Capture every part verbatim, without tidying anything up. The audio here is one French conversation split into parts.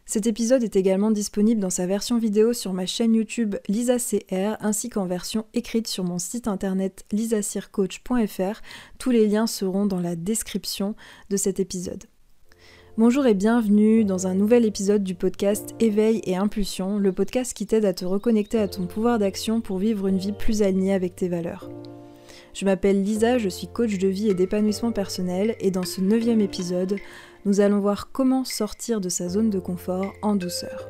Cet épisode est également disponible dans sa version vidéo sur ma chaîne YouTube Lisa C R ainsi qu'en version écrite sur mon site internet lisa cyr coach point f r. Tous les liens seront dans la description de cet épisode. Bonjour et bienvenue dans un nouvel épisode du podcast Éveil et Impulsion, le podcast qui t'aide à te reconnecter à ton pouvoir d'action pour vivre une vie plus alignée avec tes valeurs. Je m'appelle Lisa, je suis coach de vie et d'épanouissement personnel et dans ce neuvième épisode, nous allons voir comment sortir de sa zone de confort en douceur.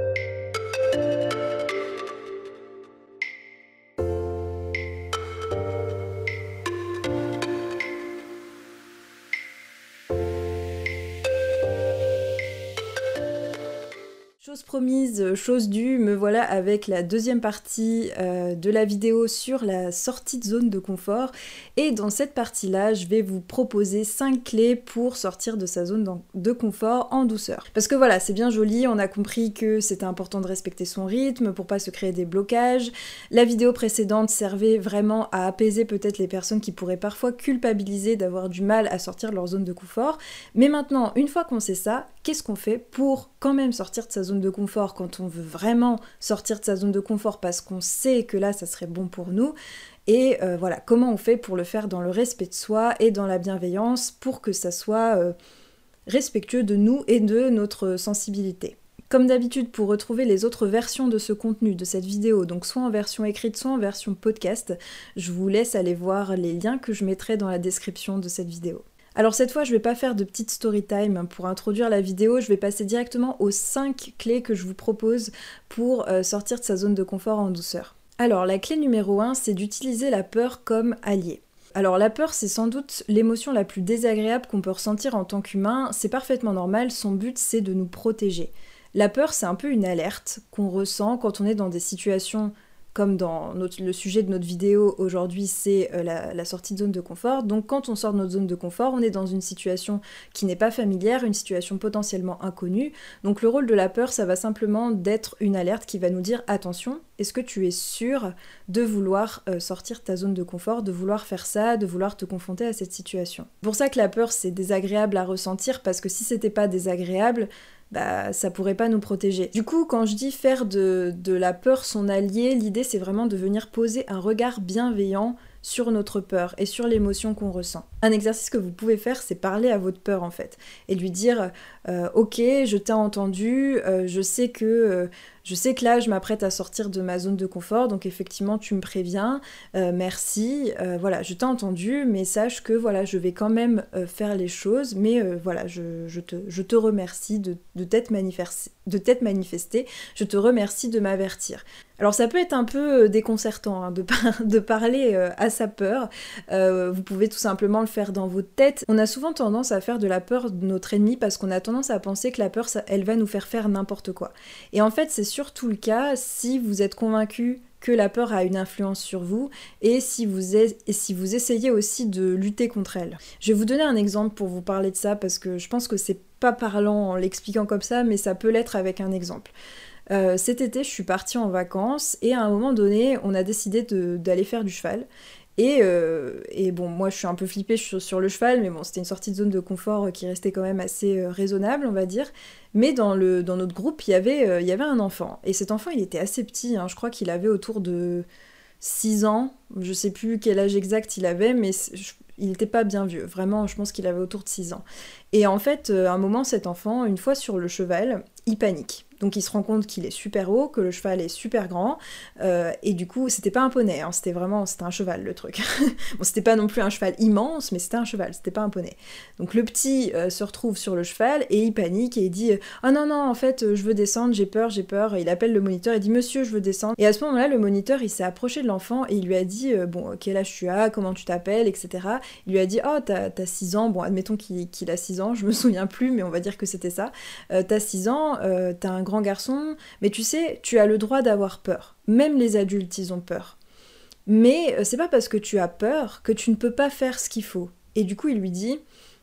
Chose promise, chose due, me voilà avec la deuxième partie euh, de la vidéo sur la sortie de zone de confort. Et dans cette partie-là, je vais vous proposer cinq clés pour sortir de sa zone de confort en douceur. Parce que voilà, c'est bien joli, on a compris que c'était important de respecter son rythme pour pas se créer des blocages. La vidéo précédente servait vraiment à apaiser peut-être les personnes qui pourraient parfois culpabiliser d'avoir du mal à sortir de leur zone de confort. Mais maintenant, une fois qu'on sait ça, qu'est-ce qu'on fait pour quand même sortir de sa zone de confort quand on veut vraiment sortir de sa zone de confort parce qu'on sait que là ça serait bon pour nous et euh, voilà, comment on fait pour le faire dans le respect de soi et dans la bienveillance pour que ça soit euh, respectueux de nous et de notre sensibilité. Comme d'habitude, pour retrouver les autres versions de ce contenu, de cette vidéo, donc soit en version écrite, soit en version podcast, je vous laisse aller voir les liens que je mettrai dans la description de cette vidéo. Alors cette fois, je vais pas faire de petite story time pour introduire la vidéo, je vais passer directement aux cinq clés que je vous propose pour euh, sortir de sa zone de confort en douceur. Alors la clé numéro un, c'est d'utiliser la peur comme allié. Alors la peur, c'est sans doute l'émotion la plus désagréable qu'on peut ressentir en tant qu'humain, c'est parfaitement normal, son but c'est de nous protéger. La peur, c'est un peu une alerte qu'on ressent quand on est dans des situations comme dans notre, le sujet de notre vidéo aujourd'hui, c'est euh, la, la sortie de zone de confort. Donc quand on sort de notre zone de confort, on est dans une situation qui n'est pas familière, une situation potentiellement inconnue. Donc le rôle de la peur, ça va simplement d'être une alerte qui va nous dire « Attention, est-ce que tu es sûr de vouloir euh, sortir de ta zone de confort, de vouloir faire ça, de vouloir te confronter à cette situation ?» C'est pour ça que la peur, c'est désagréable à ressentir, parce que si c'était pas désagréable, bah ça pourrait pas nous protéger. Du coup, quand je dis faire de, de la peur son allié, l'idée c'est vraiment de venir poser un regard bienveillant sur notre peur et sur l'émotion qu'on ressent. Un exercice que vous pouvez faire, c'est parler à votre peur en fait, et lui dire euh, « Ok, je t'ai entendu, euh, je sais que... Euh, Je sais que là, je m'apprête à sortir de ma zone de confort, donc effectivement, tu me préviens, euh, merci, euh, voilà, je t'ai entendu, mais sache que voilà, je vais quand même euh, faire les choses, mais euh, voilà, je, je, te, je te remercie de, de t'être manifesté, de t'être manifesté, je te remercie de m'avertir. » Alors ça peut être un peu déconcertant hein, de, par- de parler euh, à sa peur, euh, vous pouvez tout simplement le faire dans votre tête. On a souvent tendance à faire de la peur de notre ennemi parce qu'on a tendance à penser que la peur, ça, elle va nous faire faire n'importe quoi. Et en fait, c'est surtout le cas si vous êtes convaincu que la peur a une influence sur vous et si vous, est, et si vous essayez aussi de lutter contre elle. Je vais vous donner un exemple pour vous parler de ça parce que je pense que c'est pas parlant en l'expliquant comme ça, mais ça peut l'être avec un exemple. Euh, cet été, je suis partie en vacances et à un moment donné, on a décidé de, d'aller faire du cheval. Et, euh, et bon, moi je suis un peu flippée sur, sur le cheval, mais bon, c'était une sortie de zone de confort qui restait quand même assez euh, raisonnable, on va dire. Mais dans, le, dans notre groupe, il y avait, euh, il y avait un enfant. Et cet enfant, il était assez petit, hein, je crois qu'il avait autour de six ans. Je sais plus quel âge exact il avait, mais je, il n'était pas bien vieux. Vraiment, je pense qu'il avait autour de six ans. Et en fait, euh, à un moment, cet enfant, une fois sur le cheval, il panique. Donc il se rend compte qu'il est super haut, que le cheval est super grand, euh, et du coup, c'était pas un poney, hein, c'était vraiment, c'était un cheval le truc. Bon, c'était pas non plus un cheval immense, mais c'était un cheval, c'était pas un poney. Donc le petit euh, se retrouve sur le cheval, et il panique, et il dit « Ah non, non, en fait, je veux descendre, j'ai peur, j'ai peur », et il appelle le moniteur, il dit « Monsieur, je veux descendre ». Et à ce moment-là, le moniteur, il s'est approché de l'enfant, et il lui a dit euh, « Bon, quel âge tu as, comment tu t'appelles, et cetera » Il lui a dit « Oh, t'as, t'as six ans, bon, admettons qu'il, qu'il a six ans, je me souviens plus, mais on va dire que c'était ça. Euh, t'as six ans, euh, t'as un grand garçon, mais tu sais, tu as le droit d'avoir peur. Même les adultes, ils ont peur. Mais euh, c'est pas parce que tu as peur que tu ne peux pas faire ce qu'il faut. » Et du coup, il lui dit,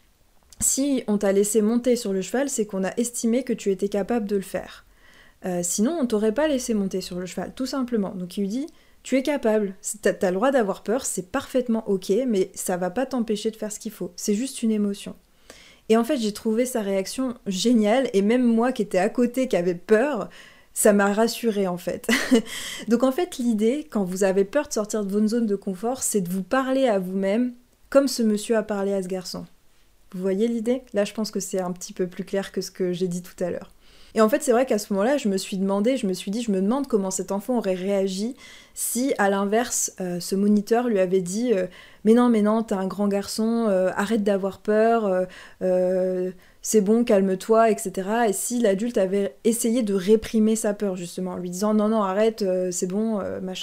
si on t'a laissé monter sur le cheval, c'est qu'on a estimé que tu étais capable de le faire. Euh, sinon, on t'aurait pas laissé monter sur le cheval, tout simplement. Donc il lui dit, tu es capable, t'as, t'as le droit d'avoir peur, c'est parfaitement ok, mais ça va pas t'empêcher de faire ce qu'il faut. C'est juste une émotion. Et en fait, j'ai trouvé sa réaction géniale, et même moi qui étais à côté, qui avait peur, ça m'a rassurée en fait. Donc en fait, l'idée, quand vous avez peur de sortir de votre zone de confort, c'est de vous parler à vous-même comme ce monsieur a parlé à ce garçon. Vous voyez l'idée? Là, je pense que c'est un petit peu plus clair que ce que j'ai dit tout à l'heure. Et en fait, c'est vrai qu'à ce moment-là, je me suis demandé, je me suis dit, je me demande comment cet enfant aurait réagi si, à l'inverse, euh, ce moniteur lui avait dit euh, « Mais non, mais non, t'es un grand garçon, euh, arrête d'avoir peur, euh, euh, c'est bon, calme-toi, et cetera » Et si l'adulte avait essayé de réprimer sa peur, justement, en lui disant « Non, non, arrête, euh, c'est bon, euh, machin ».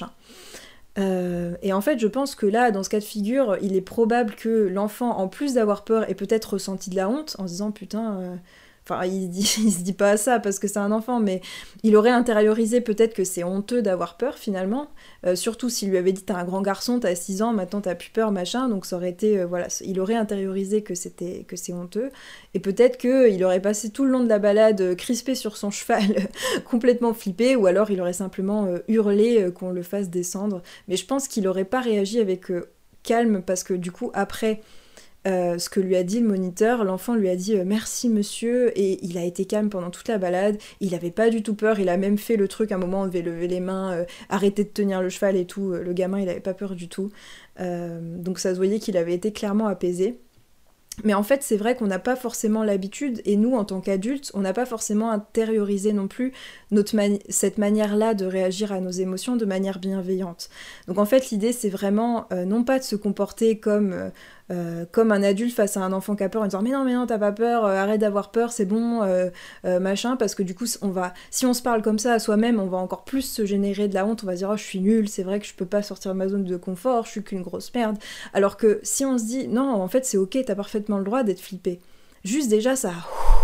Euh, et en fait, je pense que là, dans ce cas de figure, il est probable que l'enfant, en plus d'avoir peur, ait peut-être ressenti de la honte, en se disant « Putain... Euh, » Enfin, il, dit, il se dit pas ça parce que c'est un enfant, mais il aurait intériorisé peut-être que c'est honteux d'avoir peur finalement. Euh, surtout s'il lui avait dit t'as un grand garçon, t'as six ans, maintenant t'as plus peur, machin. Donc ça aurait été, euh, voilà, il aurait intériorisé que c'était que c'est honteux. Et peut-être qu'il aurait passé tout le long de la balade euh, crispé sur son cheval, complètement flippé, ou alors il aurait simplement euh, hurlé euh, qu'on le fasse descendre. Mais je pense qu'il aurait pas réagi avec euh, calme parce que du coup après. Euh, ce que lui a dit le moniteur, l'enfant lui a dit euh, merci monsieur, et il a été calme pendant toute la balade, il avait pas du tout peur, il a même fait le truc, à un moment on devait lever les mains, euh, arrêter de tenir le cheval et tout, le gamin il avait pas peur du tout, euh, donc ça se voyait qu'il avait été clairement apaisé. Mais en fait, c'est vrai qu'on n'a pas forcément l'habitude, et nous, en tant qu'adultes, on n'a pas forcément intériorisé non plus notre mani- cette manière-là de réagir à nos émotions de manière bienveillante. Donc en fait, l'idée, c'est vraiment euh, non pas de se comporter comme, euh, euh, comme un adulte face à un enfant qui a peur en disant « Mais non, mais non, t'as pas peur, euh, arrête d'avoir peur, c'est bon, euh, euh, machin », parce que du coup, on va, si on se parle comme ça à soi-même, on va encore plus se générer de la honte, on va se dire « Oh, je suis nulle, c'est vrai que je peux pas sortir de ma zone de confort, je suis qu'une grosse merde ». Alors que si on se dit « Non, en fait, c'est ok, t'as parfaitement le droit d'être flippé », juste déjà, ça,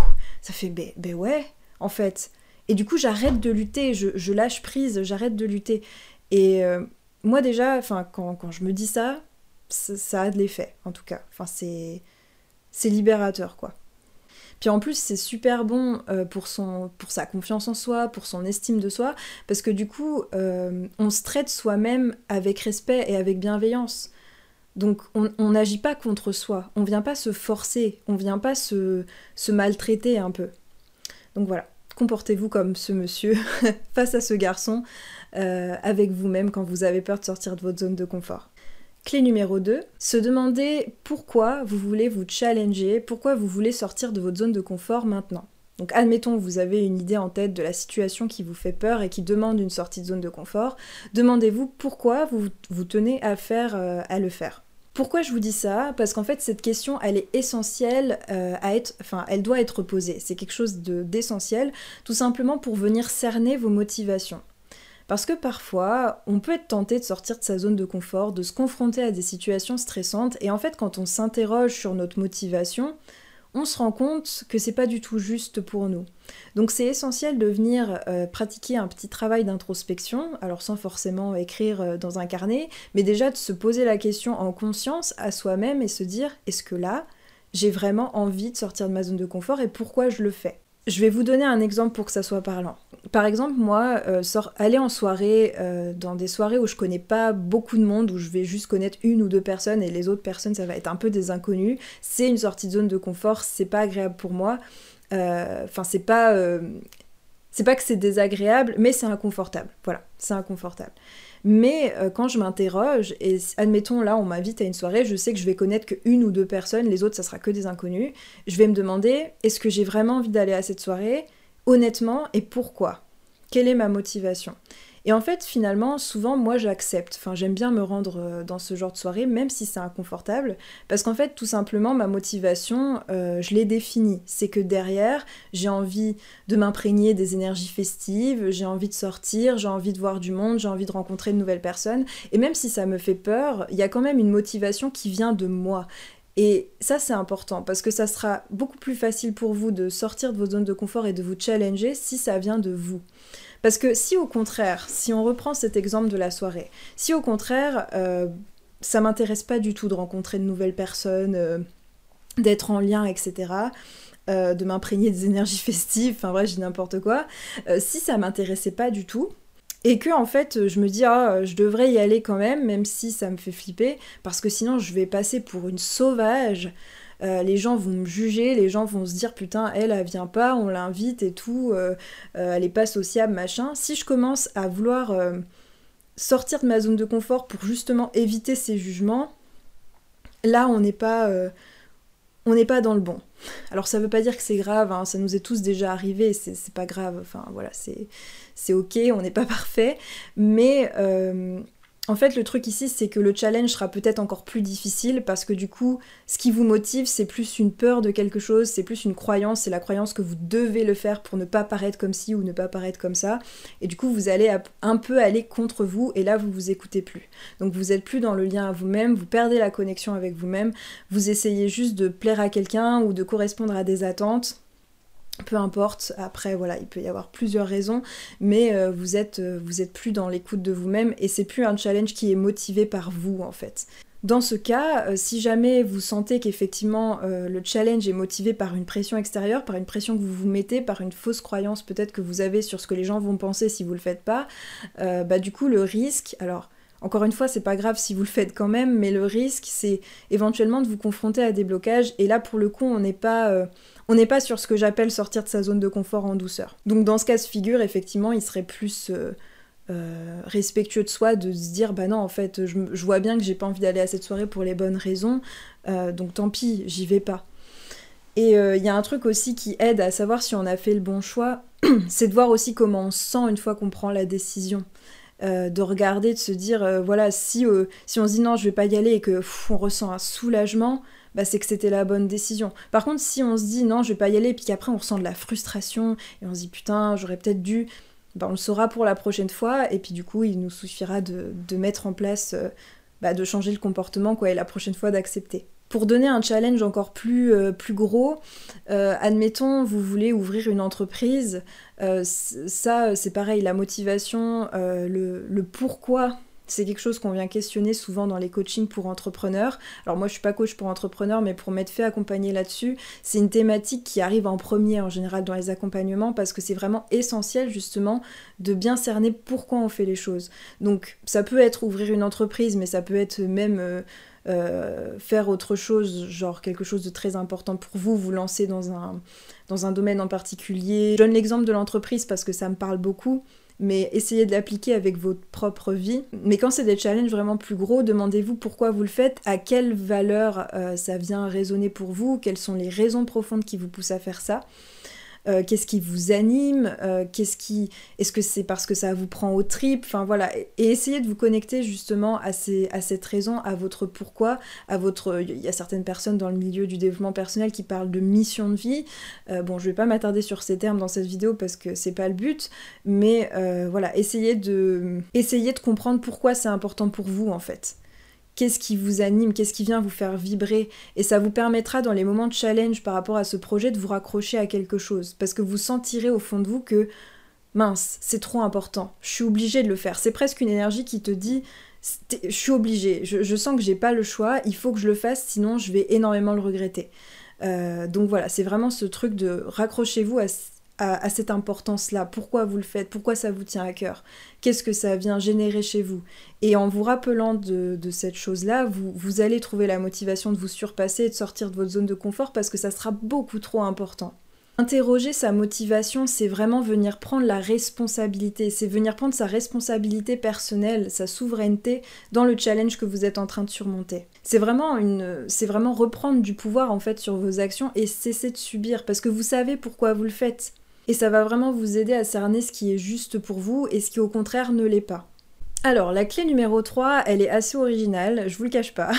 ça fait ben, ben ouais, en fait. Et du coup, j'arrête de lutter, je, je lâche prise, j'arrête de lutter. Et euh, moi déjà, quand, quand je me dis ça, ça, ça a de l'effet, en tout cas. Enfin, c'est, c'est libérateur, quoi. Puis en plus, c'est super bon euh, pour, son, pour sa confiance en soi, pour son estime de soi, parce que du coup, euh, on se traite soi-même avec respect et avec bienveillance. Donc on n'agit pas contre soi, on vient pas se forcer, on vient pas se, se maltraiter un peu. Donc voilà, comportez-vous comme ce monsieur face à ce garçon, euh, avec vous-même quand vous avez peur de sortir de votre zone de confort. Clé numéro deux, se demander pourquoi vous voulez vous challenger, pourquoi vous voulez sortir de votre zone de confort maintenant. Donc admettons que vous avez une idée en tête de la situation qui vous fait peur et qui demande une sortie de zone de confort, demandez-vous pourquoi vous vous tenez à, faire, euh, à le faire. Pourquoi je vous dis ça? Parce qu'en fait, cette question, elle est essentielle euh, à être... Enfin, elle doit être posée. C'est quelque chose de, d'essentiel, tout simplement pour venir cerner vos motivations. Parce que parfois, on peut être tenté de sortir de sa zone de confort, de se confronter à des situations stressantes, et en fait, quand on s'interroge sur notre motivation, on se rend compte que c'est pas du tout juste pour nous. Donc c'est essentiel de venir euh, pratiquer un petit travail d'introspection, alors sans forcément écrire euh, dans un carnet, mais déjà de se poser la question en conscience à soi-même et se dire « Est-ce que là, j'ai vraiment envie de sortir de ma zone de confort et pourquoi je le fais ?» Je vais vous donner un exemple pour que ça soit parlant. Par exemple, moi, euh, sort, aller en soirée, euh, dans des soirées où je connais pas beaucoup de monde, où je vais juste connaître une ou deux personnes et les autres personnes, ça va être un peu des inconnus, c'est une sortie de zone de confort, c'est pas agréable pour moi. Enfin, euh, c'est pas... Euh, c'est pas que c'est désagréable, mais c'est inconfortable. Voilà, c'est inconfortable. Mais euh, quand je m'interroge, et admettons là on m'invite à une soirée, je sais que je vais connaître qu'une ou deux personnes, les autres ça sera que des inconnus, je vais me demander, est-ce que j'ai vraiment envie d'aller à cette soirée, honnêtement, et pourquoi? Quelle est ma motivation? Et en fait, finalement, souvent, moi, j'accepte. Enfin, j'aime bien me rendre dans ce genre de soirée, même si c'est inconfortable, parce qu'en fait, tout simplement, ma motivation, euh, je l'ai définie. C'est que derrière, j'ai envie de m'imprégner des énergies festives, j'ai envie de sortir, j'ai envie de voir du monde, j'ai envie de rencontrer de nouvelles personnes, et même si ça me fait peur, il y a quand même une motivation qui vient de moi. Et ça, c'est important, parce que ça sera beaucoup plus facile pour vous de sortir de votre zone de confort et de vous challenger si ça vient de vous. Parce que si au contraire, si on reprend cet exemple de la soirée, si au contraire, euh, ça m'intéresse pas du tout de rencontrer de nouvelles personnes, euh, d'être en lien, et cetera, euh, de m'imprégner des énergies festives, enfin bref, je dis n'importe quoi, euh, si ça m'intéressait pas du tout, et que en fait je me dis ah je devrais y aller quand même, même si ça me fait flipper, parce que sinon je vais passer pour une sauvage, euh, les gens vont me juger, les gens vont se dire putain elle elle vient pas, on l'invite et tout, euh, euh, elle est pas sociable machin. Si je commence à vouloir euh, sortir de ma zone de confort pour justement éviter ces jugements, là on n'est pas euh, on n'est pas dans le bon. Alors ça veut pas dire que c'est grave, hein, ça nous est tous déjà arrivé, c'est, c'est pas grave, enfin voilà, c'est, c'est ok, on n'est pas parfait, mais euh, en fait le truc ici c'est que le challenge sera peut-être encore plus difficile parce que du coup ce qui vous motive c'est plus une peur de quelque chose, c'est plus une croyance, c'est la croyance que vous devez le faire pour ne pas paraître comme ci ou ne pas paraître comme ça, et du coup vous allez un peu aller contre vous et là vous vous écoutez plus. Donc vous êtes plus dans le lien à vous-même, vous perdez la connexion avec vous-même, vous essayez juste de plaire à quelqu'un ou de correspondre à des attentes. Peu importe, après voilà, il peut y avoir plusieurs raisons, mais euh, vous êtes, euh, vous êtes plus dans l'écoute de vous-même et c'est plus un challenge qui est motivé par vous en fait. Dans ce cas, euh, si jamais vous sentez qu'effectivement euh, le challenge est motivé par une pression extérieure, par une pression que vous vous mettez, par une fausse croyance peut-être que vous avez sur ce que les gens vont penser si vous le faites pas, euh, bah du coup le risque, alors encore une fois c'est pas grave si vous le faites quand même, mais le risque c'est éventuellement de vous confronter à des blocages et là pour le coup on n'est pas... Euh, On n'est pas sur ce que j'appelle sortir de sa zone de confort en douceur. Donc dans ce cas de figure, effectivement, il serait plus euh, euh, respectueux de soi de se dire bah non, en fait, je, je vois bien que j'ai pas envie d'aller à cette soirée pour les bonnes raisons, euh, donc tant pis, j'y vais pas. Et il euh, y a un truc aussi qui aide à savoir si on a fait le bon choix, c'est de voir aussi comment on se sent une fois qu'on prend la décision. Euh, de regarder, de se dire, euh, voilà, si, euh, si on se dit non, je vais pas y aller et que pff, on ressent un soulagement, bah, c'est que c'était la bonne décision. Par contre, si on se dit non, je vais pas y aller, et puis qu'après on ressent de la frustration, et on se dit putain, j'aurais peut-être dû, bah, on le saura pour la prochaine fois, et puis du coup, il nous suffira de, de mettre en place, euh, bah, de changer le comportement, quoi, et la prochaine fois d'accepter. Pour donner un challenge encore plus, euh, plus gros, euh, admettons, vous voulez ouvrir une entreprise, euh, ça, c'est pareil, la motivation, euh, le, le pourquoi, c'est quelque chose qu'on vient questionner souvent dans les coachings pour entrepreneurs. Alors moi, je suis pas coach pour entrepreneurs, mais pour m'être fait accompagner là-dessus, c'est une thématique qui arrive en premier, en général, dans les accompagnements, parce que c'est vraiment essentiel, justement, de bien cerner pourquoi on fait les choses. Donc, ça peut être ouvrir une entreprise, mais ça peut être même... Euh, Euh, faire autre chose, genre quelque chose de très important pour vous, vous lancer dans un, dans un domaine en particulier. Je donne l'exemple de l'entreprise parce que ça me parle beaucoup, mais essayez de l'appliquer avec votre propre vie. Mais quand c'est des challenges vraiment plus gros, demandez-vous pourquoi vous le faites, à quelle valeur euh, ça vient résonner pour vous, quelles sont les raisons profondes qui vous poussent à faire ça. Euh, qu'est-ce qui vous anime, euh, qu'est-ce qui... est-ce que c'est parce que ça vous prend aux tripes, enfin voilà, et essayez de vous connecter justement à, ces, à cette raison, à votre pourquoi, à votre... Il y a certaines personnes dans le milieu du développement personnel qui parlent de mission de vie, euh, bon je vais pas m'attarder sur ces termes dans cette vidéo parce que c'est pas le but, mais euh, voilà, essayez de... essayez de comprendre pourquoi c'est important pour vous en fait. Qu'est-ce qui vous anime, qu'est-ce qui vient vous faire vibrer, et ça vous permettra dans les moments de challenge par rapport à ce projet de vous raccrocher à quelque chose, parce que vous sentirez au fond de vous que mince, c'est trop important, je suis obligée de le faire, c'est presque une énergie qui te dit je suis obligée, je, je sens que j'ai pas le choix, il faut que je le fasse, sinon je vais énormément le regretter. Euh, donc voilà, c'est vraiment ce truc de raccrochez-vous à À, à cette importance-là, pourquoi vous le faites, pourquoi ça vous tient à cœur, qu'est-ce que ça vient générer chez vous. Et en vous rappelant de, de cette chose-là, vous, vous allez trouver la motivation de vous surpasser et de sortir de votre zone de confort parce que ça sera beaucoup trop important. Interroger sa motivation, c'est vraiment venir prendre la responsabilité, c'est venir prendre sa responsabilité personnelle, sa souveraineté dans le challenge que vous êtes en train de surmonter. C'est vraiment, une, c'est vraiment reprendre du pouvoir en fait sur vos actions et cesser de subir parce que vous savez pourquoi vous le faites. Et ça va vraiment vous aider à cerner ce qui est juste pour vous et ce qui au contraire ne l'est pas. Alors, la clé numéro trois, elle est assez originale, je vous le cache pas.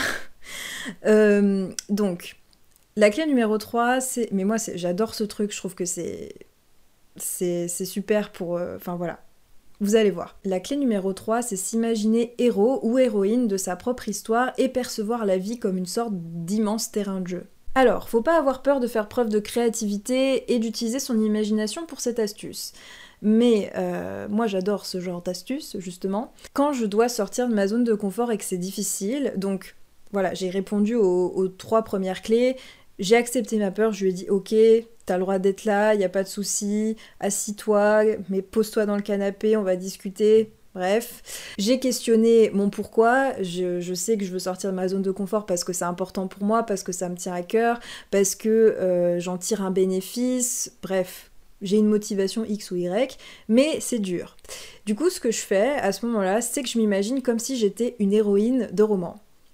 euh, donc, la clé numéro trois, c'est... Mais moi, c'est... j'adore ce truc, je trouve que c'est... C'est, c'est super pour... Enfin, euh... voilà. Vous allez voir. La clé numéro trois, c'est s'imaginer héros ou héroïne de sa propre histoire et percevoir la vie comme une sorte d'immense terrain de jeu. Alors, faut pas avoir peur de faire preuve de créativité et d'utiliser son imagination pour cette astuce. Mais euh, moi j'adore ce genre d'astuce, justement. Quand je dois sortir de ma zone de confort et que c'est difficile, donc voilà, j'ai répondu aux, aux trois premières clés, j'ai accepté ma peur, je lui ai dit ok, t'as le droit d'être là, y a pas de souci, assis-toi, mais pose-toi dans le canapé, on va discuter. Bref, j'ai questionné mon pourquoi, je, je sais que je veux sortir de ma zone de confort parce que c'est important pour moi, parce que ça me tient à cœur, parce que euh, j'en tire un bénéfice, bref, j'ai une motivation X ou Y, mais c'est dur. Du coup, ce que je fais à ce moment-là, c'est que je m'imagine comme si j'étais une héroïne de roman.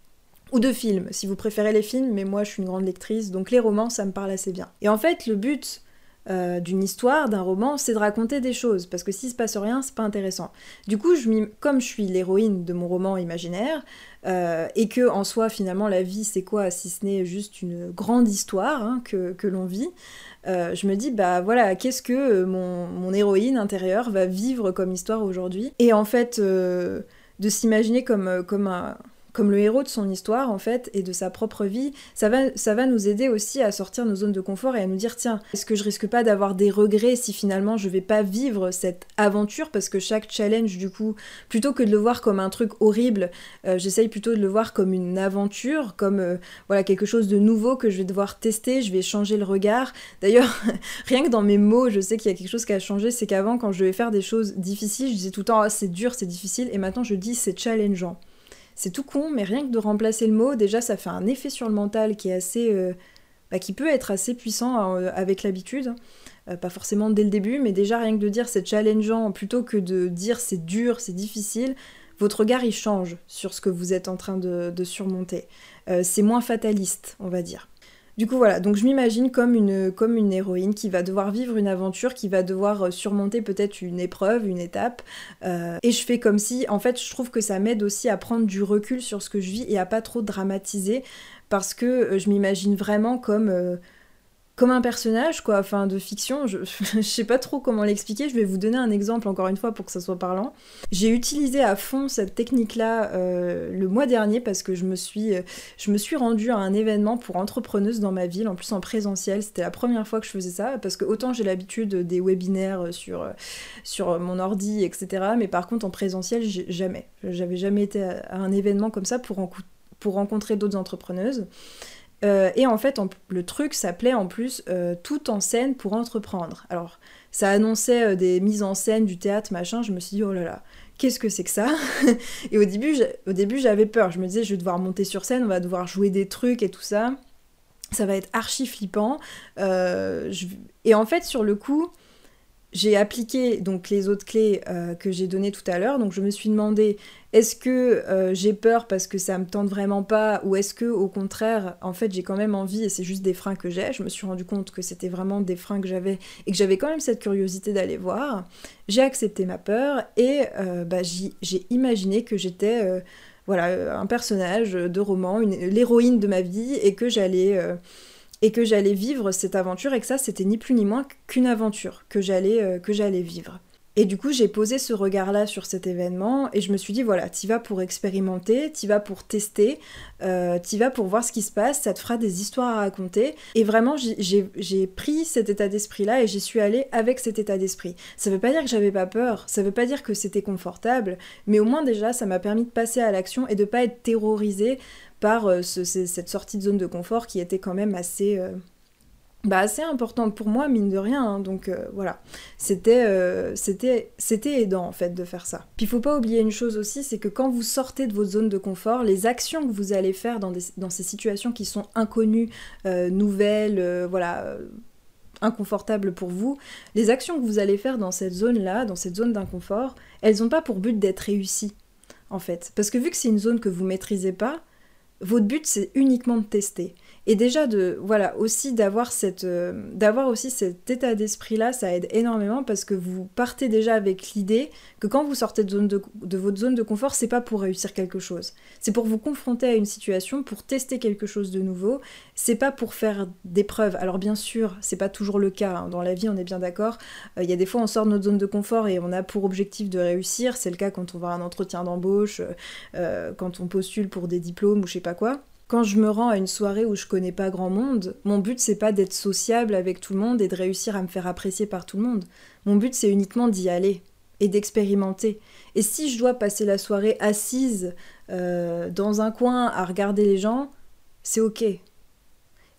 Ou de films, si vous préférez les films, mais moi je suis une grande lectrice, donc les romans, ça me parle assez bien. Et en fait, le but euh, d'une histoire, d'un roman, c'est de raconter des choses, parce que s'il se passe rien, c'est pas intéressant. Du coup, je comme je suis l'héroïne de mon roman imaginaire, euh, et que en soi, finalement, la vie, c'est quoi, si ce n'est juste une grande histoire hein, que, que l'on vit, euh, je me dis, bah voilà, qu'est-ce que mon, mon héroïne intérieure va vivre comme histoire aujourd'hui? Et en fait, euh, de s'imaginer comme, comme un... comme le héros de son histoire, en fait, et de sa propre vie, ça va, ça va nous aider aussi à sortir de nos zones de confort et à nous dire, tiens, est-ce que je risque pas d'avoir des regrets si finalement je vais pas vivre cette aventure, parce que chaque challenge, du coup, plutôt que de le voir comme un truc horrible, euh, j'essaye plutôt de le voir comme une aventure, comme, euh, voilà, quelque chose de nouveau que je vais devoir tester, je vais changer le regard. D'ailleurs, rien que dans mes mots, je sais qu'il y a quelque chose qui a changé, c'est qu'avant, quand je devais faire des choses difficiles, je disais tout le temps, ah, c'est dur, c'est difficile, et maintenant je dis, c'est challengeant. C'est tout con, mais rien que de remplacer le mot, déjà ça fait un effet sur le mental qui est assez, euh, bah, qui peut être assez puissant euh, avec l'habitude. Euh, pas forcément dès le début, mais déjà rien que de dire c'est challengeant plutôt que de dire c'est dur, c'est difficile, votre regard il change sur ce que vous êtes en train de, de surmonter. Euh, c'est moins fataliste, on va dire. Du coup voilà, donc je m'imagine comme une, comme une héroïne qui va devoir vivre une aventure, qui va devoir surmonter peut-être une épreuve, une étape, euh, et je fais comme si, en fait je trouve que ça m'aide aussi à prendre du recul sur ce que je vis et à pas trop dramatiser, parce que je m'imagine vraiment comme... Euh, comme un personnage, quoi, enfin, de fiction, je, je sais pas trop comment l'expliquer, je vais vous donner un exemple, encore une fois, pour que ça soit parlant. J'ai utilisé à fond cette technique-là euh, le mois dernier, parce que je me suis, euh, je me suis rendue à un événement pour entrepreneuses dans ma ville, en plus en présentiel, c'était la première fois que je faisais ça, parce que autant j'ai l'habitude des webinaires sur, sur mon ordi, et cetera, mais par contre en présentiel, jamais. J'avais jamais été à un événement comme ça pour, en, pour rencontrer d'autres entrepreneuses. Euh, et en fait, en, le truc s'appelait en plus euh, Tout en scène pour entreprendre. Alors, ça annonçait euh, des mises en scène, du théâtre, machin. Je me suis dit, oh là là, qu'est-ce que c'est que ça? Et au début, au début, j'avais peur. Je me disais, je vais devoir monter sur scène, on va devoir jouer des trucs et tout ça. Ça va être archi flippant. Euh, je... Et en fait, sur le coup, j'ai appliqué donc les autres clés euh, que j'ai données tout à l'heure, donc je me suis demandé est-ce que euh, j'ai peur parce que ça me tente vraiment pas, ou est-ce que au contraire en fait j'ai quand même envie et c'est juste des freins que j'ai. Je me suis rendu compte que c'était vraiment des freins que j'avais et que j'avais quand même cette curiosité d'aller voir. J'ai accepté ma peur et euh, bah, j'ai imaginé que j'étais euh, voilà, un personnage de roman, l'héroïne de ma vie et que j'allais... Euh, et que j'allais vivre cette aventure, et que ça, c'était ni plus ni moins qu'une aventure que j'allais euh, que j'allais vivre. Et du coup, j'ai posé ce regard-là sur cet événement, et je me suis dit, voilà, t'y vas pour expérimenter, t'y vas pour tester, euh, t'y vas pour voir ce qui se passe, ça te fera des histoires à raconter. Et vraiment, j'ai pris cet état d'esprit-là, et j'y suis allée avec cet état d'esprit. Ça veut pas dire que j'avais pas peur, ça veut pas dire que c'était confortable, mais au moins déjà, ça m'a permis de passer à l'action et de pas être terrorisée par euh, ce, cette sortie de zone de confort qui était quand même assez, euh, bah assez importante pour moi, mine de rien, hein, donc euh, voilà, c'était euh, c'était c'était aidant en fait de faire ça. Puis il faut pas oublier une chose aussi, c'est que quand vous sortez de votre zone de confort, les actions que vous allez faire dans, des, dans ces situations qui sont inconnues, euh, nouvelles, euh, voilà... Euh, inconfortable pour vous, les actions que vous allez faire dans cette zone-là, dans cette zone d'inconfort, elles n'ont pas pour but d'être réussies, en fait. Parce que vu que c'est une zone que vous maîtrisez pas, votre but, c'est uniquement de tester. Et déjà, de, voilà, aussi d'avoir cette, euh, d'avoir aussi cet état d'esprit-là, ça aide énormément parce que vous partez déjà avec l'idée que quand vous sortez de, zone de, de votre zone de confort, c'est pas pour réussir quelque chose. C'est pour vous confronter à une situation, pour tester quelque chose de nouveau. C'est pas pour faire des preuves. Alors bien sûr, c'est pas toujours le cas. Hein. Dans la vie, on est bien d'accord. Il euh, y a des fois, on sort de notre zone de confort et on a pour objectif de réussir. C'est le cas quand on va à un entretien d'embauche, euh, quand on postule pour des diplômes ou je sais pas quoi. Quand je me rends à une soirée où je connais pas grand monde, mon but c'est pas d'être sociable avec tout le monde et de réussir à me faire apprécier par tout le monde. Mon but c'est uniquement d'y aller et d'expérimenter. Et si je dois passer la soirée assise euh, dans un coin à regarder les gens, c'est ok.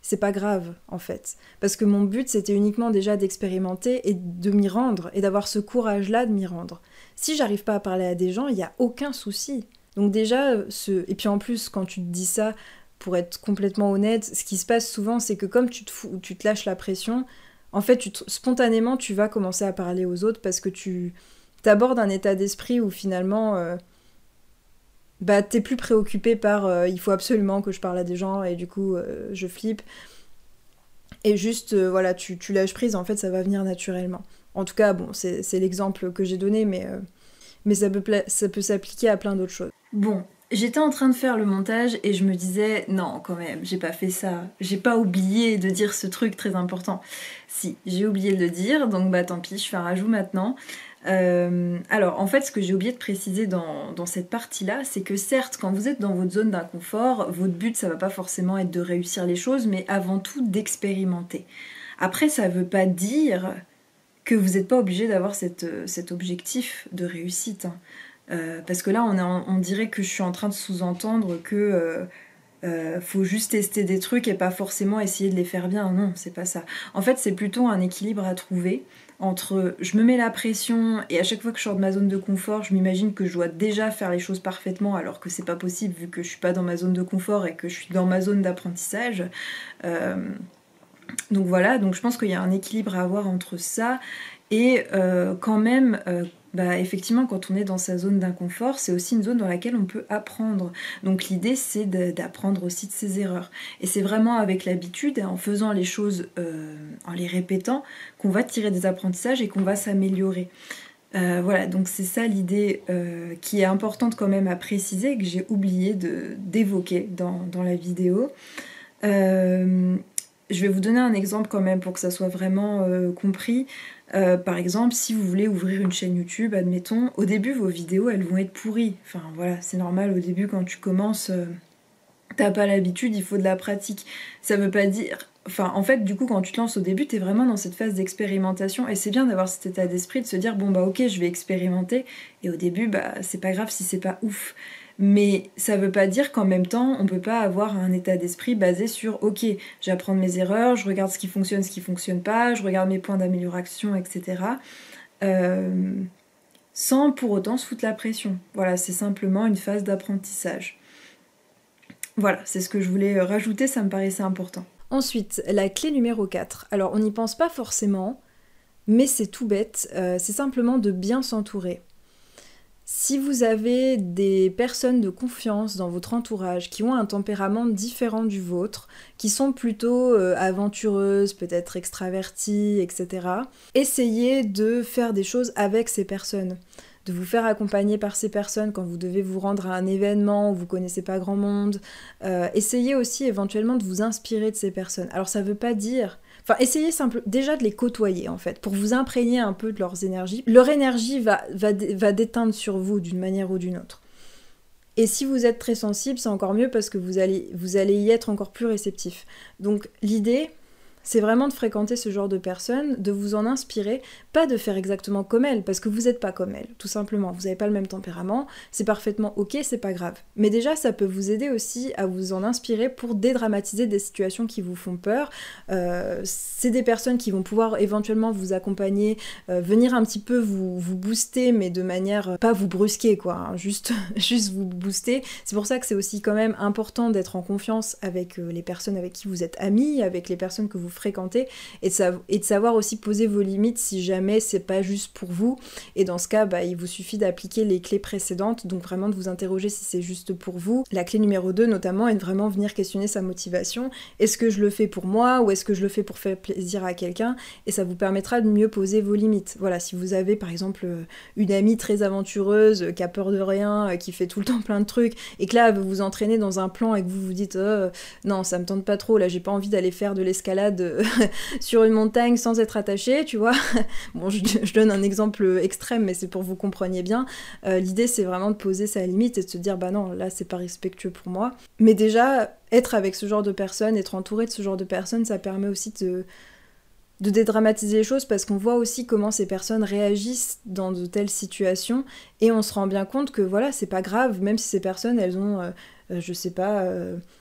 c'est pas grave en fait. Parce que mon but c'était uniquement déjà d'expérimenter et de m'y rendre, et d'avoir ce courage-là de m'y rendre. Si j'arrive pas à parler à des gens, il y a aucun souci. Donc déjà, ce... et puis en plus quand tu te dis ça, pour être complètement honnête, ce qui se passe souvent c'est que comme tu te, fous, tu te lâches la pression, en fait tu te... spontanément tu vas commencer à parler aux autres parce que tu t'abordes un état d'esprit où finalement... Euh... bah t'es plus préoccupé par euh, il faut absolument que je parle à des gens et du coup euh, je flippe et juste euh, voilà tu, tu lâches prise, en fait ça va venir naturellement. En tout cas bon c'est, c'est l'exemple que j'ai donné mais, euh, mais ça peut, pla- ça peut s'appliquer à plein d'autres choses. Bon, j'étais en train de faire le montage et je me disais non quand même j'ai pas fait ça, j'ai pas oublié de dire ce truc très important. Si, j'ai oublié de le dire donc bah tant pis, je fais un rajout maintenant. Euh, alors en fait ce que j'ai oublié de préciser dans, dans cette partie là c'est que certes quand vous êtes dans votre zone d'inconfort, votre but ça va pas forcément être de réussir les choses mais avant tout d'expérimenter. Après ça veut pas dire que vous n'êtes pas obligé d'avoir cette, cet objectif de réussite hein. euh, parce que là on, est en, on dirait que je suis en train de sous-entendre que euh, Euh, faut juste tester des trucs et pas forcément essayer de les faire bien. Non, c'est pas ça. En fait, c'est plutôt un équilibre à trouver entre je me mets la pression et à chaque fois que je sors de ma zone de confort, je m'imagine que je dois déjà faire les choses parfaitement alors que c'est pas possible vu que je suis pas dans ma zone de confort et que je suis dans ma zone d'apprentissage. Euh, donc voilà, donc je pense qu'il y a un équilibre à avoir entre ça et euh, quand même... Euh, Bah, effectivement, quand on est dans sa zone d'inconfort, c'est aussi une zone dans laquelle on peut apprendre. Donc l'idée, c'est de, d'apprendre aussi de ses erreurs. Et c'est vraiment avec l'habitude, en faisant les choses, euh, en les répétant, qu'on va tirer des apprentissages et qu'on va s'améliorer. Euh, voilà, donc c'est ça l'idée euh, qui est importante quand même à préciser, que j'ai oublié de, d'évoquer dans, dans la vidéo. Euh, je vais vous donner un exemple quand même pour que ça soit vraiment euh, compris. Euh, par exemple, si vous voulez ouvrir une chaîne YouTube, admettons, au début vos vidéos elles vont être pourries. Enfin voilà, c'est normal, au début quand tu commences, euh, t'as pas l'habitude, il faut de la pratique. Ça veut pas dire... Enfin en fait du coup quand tu te lances au début, t'es vraiment dans cette phase d'expérimentation et c'est bien d'avoir cet état d'esprit de se dire bon bah ok je vais expérimenter et au début bah c'est pas grave si c'est pas ouf. Mais ça veut pas dire qu'en même temps, on peut pas avoir un état d'esprit basé sur « Ok, j'apprends de mes erreurs, je regarde ce qui fonctionne, ce qui fonctionne pas, je regarde mes points d'amélioration, et cetera. Euh, » sans pour autant se foutre la pression. Voilà, c'est simplement une phase d'apprentissage. Voilà, c'est ce que je voulais rajouter, ça me paraissait important. Ensuite, la clé numéro quatre. Alors, on n'y pense pas forcément, mais c'est tout bête, euh, c'est simplement de bien s'entourer. Si vous avez des personnes de confiance dans votre entourage qui ont un tempérament différent du vôtre, qui sont plutôt euh, aventureuses, peut-être extraverties, et cetera, essayez de faire des choses avec ces personnes, de vous faire accompagner par ces personnes quand vous devez vous rendre à un événement où vous connaissez pas grand monde. Euh, essayez aussi éventuellement de vous inspirer de ces personnes. Alors ça veut pas dire... Enfin, essayez simple, déjà de les côtoyer, en fait, pour vous imprégner un peu de leurs énergies. Leur énergie va, va, va déteindre sur vous d'une manière ou d'une autre. Et si vous êtes très sensible, c'est encore mieux parce que vous allez, vous allez y être encore plus réceptif. Donc l'idée, c'est vraiment de fréquenter ce genre de personnes, de vous en inspirer, pas de faire exactement comme elles, parce que vous n'êtes pas comme elles, tout simplement. Vous n'avez pas le même tempérament, c'est parfaitement ok, c'est pas grave. Mais déjà, ça peut vous aider aussi à vous en inspirer pour dédramatiser des situations qui vous font peur. Euh, c'est des personnes qui vont pouvoir éventuellement vous accompagner, euh, venir un petit peu vous, vous booster, mais de manière, euh, pas vous brusquer, quoi, hein, juste, juste vous booster. C'est pour ça que c'est aussi quand même important d'être en confiance avec euh, les personnes avec qui vous êtes amis, avec les personnes que vous fréquenter et de, sa- et de savoir aussi poser vos limites si jamais c'est pas juste pour vous. Et dans ce cas, bah, il vous suffit d'appliquer les clés précédentes, donc vraiment de vous interroger si c'est juste pour vous. La clé numéro deux notamment est de vraiment venir questionner sa motivation. Est-ce que je le fais pour moi ou est-ce que je le fais pour faire plaisir à quelqu'un? Et ça vous permettra de mieux poser vos limites. Voilà, si vous avez par exemple une amie très aventureuse qui a peur de rien, qui fait tout le temps plein de trucs et que là elle veut vous entraîner dans un plan et que vous vous dites oh, non ça me tente pas trop, là j'ai pas envie d'aller faire de l'escalade sur une montagne sans être attaché, tu vois. Bon, je, je donne un exemple extrême, mais c'est pour que vous compreniez bien. Euh, l'idée, c'est vraiment de poser sa limite et de se dire, bah non, là, c'est pas respectueux pour moi. Mais déjà, être avec ce genre de personnes, être entouré de ce genre de personnes, ça permet aussi de, de dédramatiser les choses parce qu'on voit aussi comment ces personnes réagissent dans de telles situations et on se rend bien compte que, voilà, c'est pas grave, même si ces personnes, elles ont, euh, je sais pas... Euh,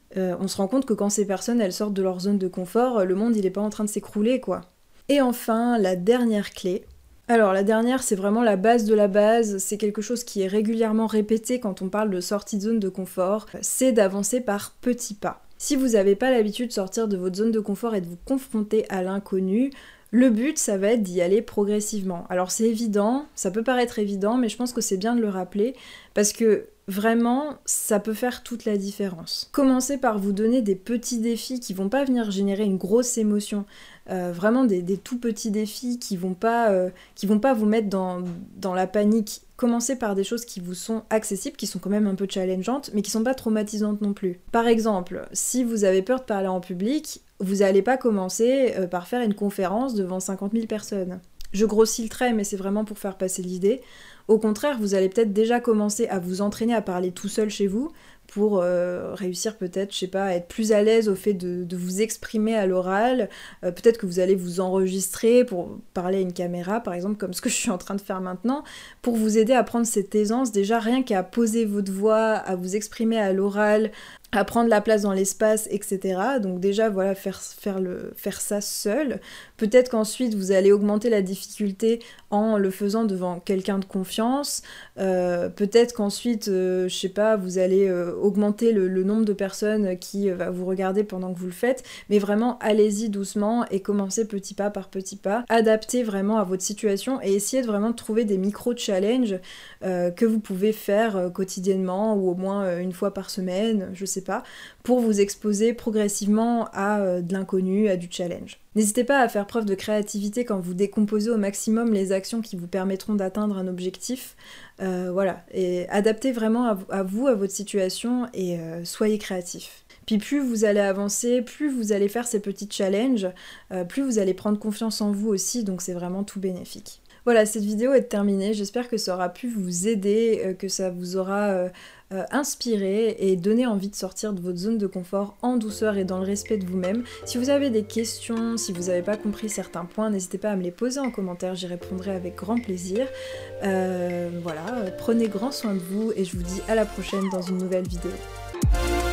Euh, on se rend compte que quand ces personnes elles sortent de leur zone de confort, le monde il est pas en train de s'écrouler quoi. Et enfin, la dernière clé. Alors la dernière, c'est vraiment la base de la base, c'est quelque chose qui est régulièrement répété quand on parle de sortie de zone de confort, c'est d'avancer par petits pas. Si vous n'avez pas l'habitude de sortir de votre zone de confort et de vous confronter à l'inconnu, le but, ça va être d'y aller progressivement. Alors c'est évident, ça peut paraître évident, mais je pense que c'est bien de le rappeler, parce que vraiment, ça peut faire toute la différence. Commencez par vous donner des petits défis qui vont pas venir générer une grosse émotion. Euh, vraiment des, des tout petits défis qui vont pas, euh, qui vont pas vous mettre dans, dans la panique. Commencez par des choses qui vous sont accessibles, qui sont quand même un peu challengeantes, mais qui sont pas traumatisantes non plus. Par exemple, si vous avez peur de parler en public, vous n'allez pas commencer euh, par faire une conférence devant cinquante mille personnes. Je grossis le trait, mais c'est vraiment pour faire passer l'idée. Au contraire, vous allez peut-être déjà commencer à vous entraîner à parler tout seul chez vous, pour euh, réussir peut-être, je sais pas, à être plus à l'aise au fait de, de vous exprimer à l'oral. Euh, peut-être que vous allez vous enregistrer pour parler à une caméra, par exemple, comme ce que je suis en train de faire maintenant, pour vous aider à prendre cette aisance, déjà rien qu'à poser votre voix, à vous exprimer à l'oral, à prendre la place dans l'espace, et cetera. Donc déjà, voilà, faire, faire, le, faire ça seul. Peut-être qu'ensuite, vous allez augmenter la difficulté en le faisant devant quelqu'un de confiance. Euh, peut-être qu'ensuite, euh, je sais pas, vous allez euh, augmenter le, le nombre de personnes qui euh, va vous regarder pendant que vous le faites. Mais vraiment, allez-y doucement et commencez petit pas par petit pas. Adaptez vraiment à votre situation et essayez de vraiment trouver des micro-challenges euh, que vous pouvez faire euh, quotidiennement ou au moins euh, une fois par semaine, je sais pas, pour vous exposer progressivement à euh, de l'inconnu, à du challenge. N'hésitez pas à faire preuve de créativité quand vous décomposez au maximum les actions qui vous permettront d'atteindre un objectif. Euh, voilà, et adaptez vraiment à, à vous, à votre situation et euh, soyez créatif. Puis plus vous allez avancer, plus vous allez faire ces petits challenges, euh, plus vous allez prendre confiance en vous aussi, donc c'est vraiment tout bénéfique. Voilà, cette vidéo est terminée, j'espère que ça aura pu vous aider, euh, que ça vous aura euh, euh, inspiré et donné envie de sortir de votre zone de confort en douceur et dans le respect de vous-même. Si vous avez des questions, si vous n'avez pas compris certains points, n'hésitez pas à me les poser en commentaire, j'y répondrai avec grand plaisir. Euh, voilà, prenez grand soin de vous et je vous dis à la prochaine dans une nouvelle vidéo.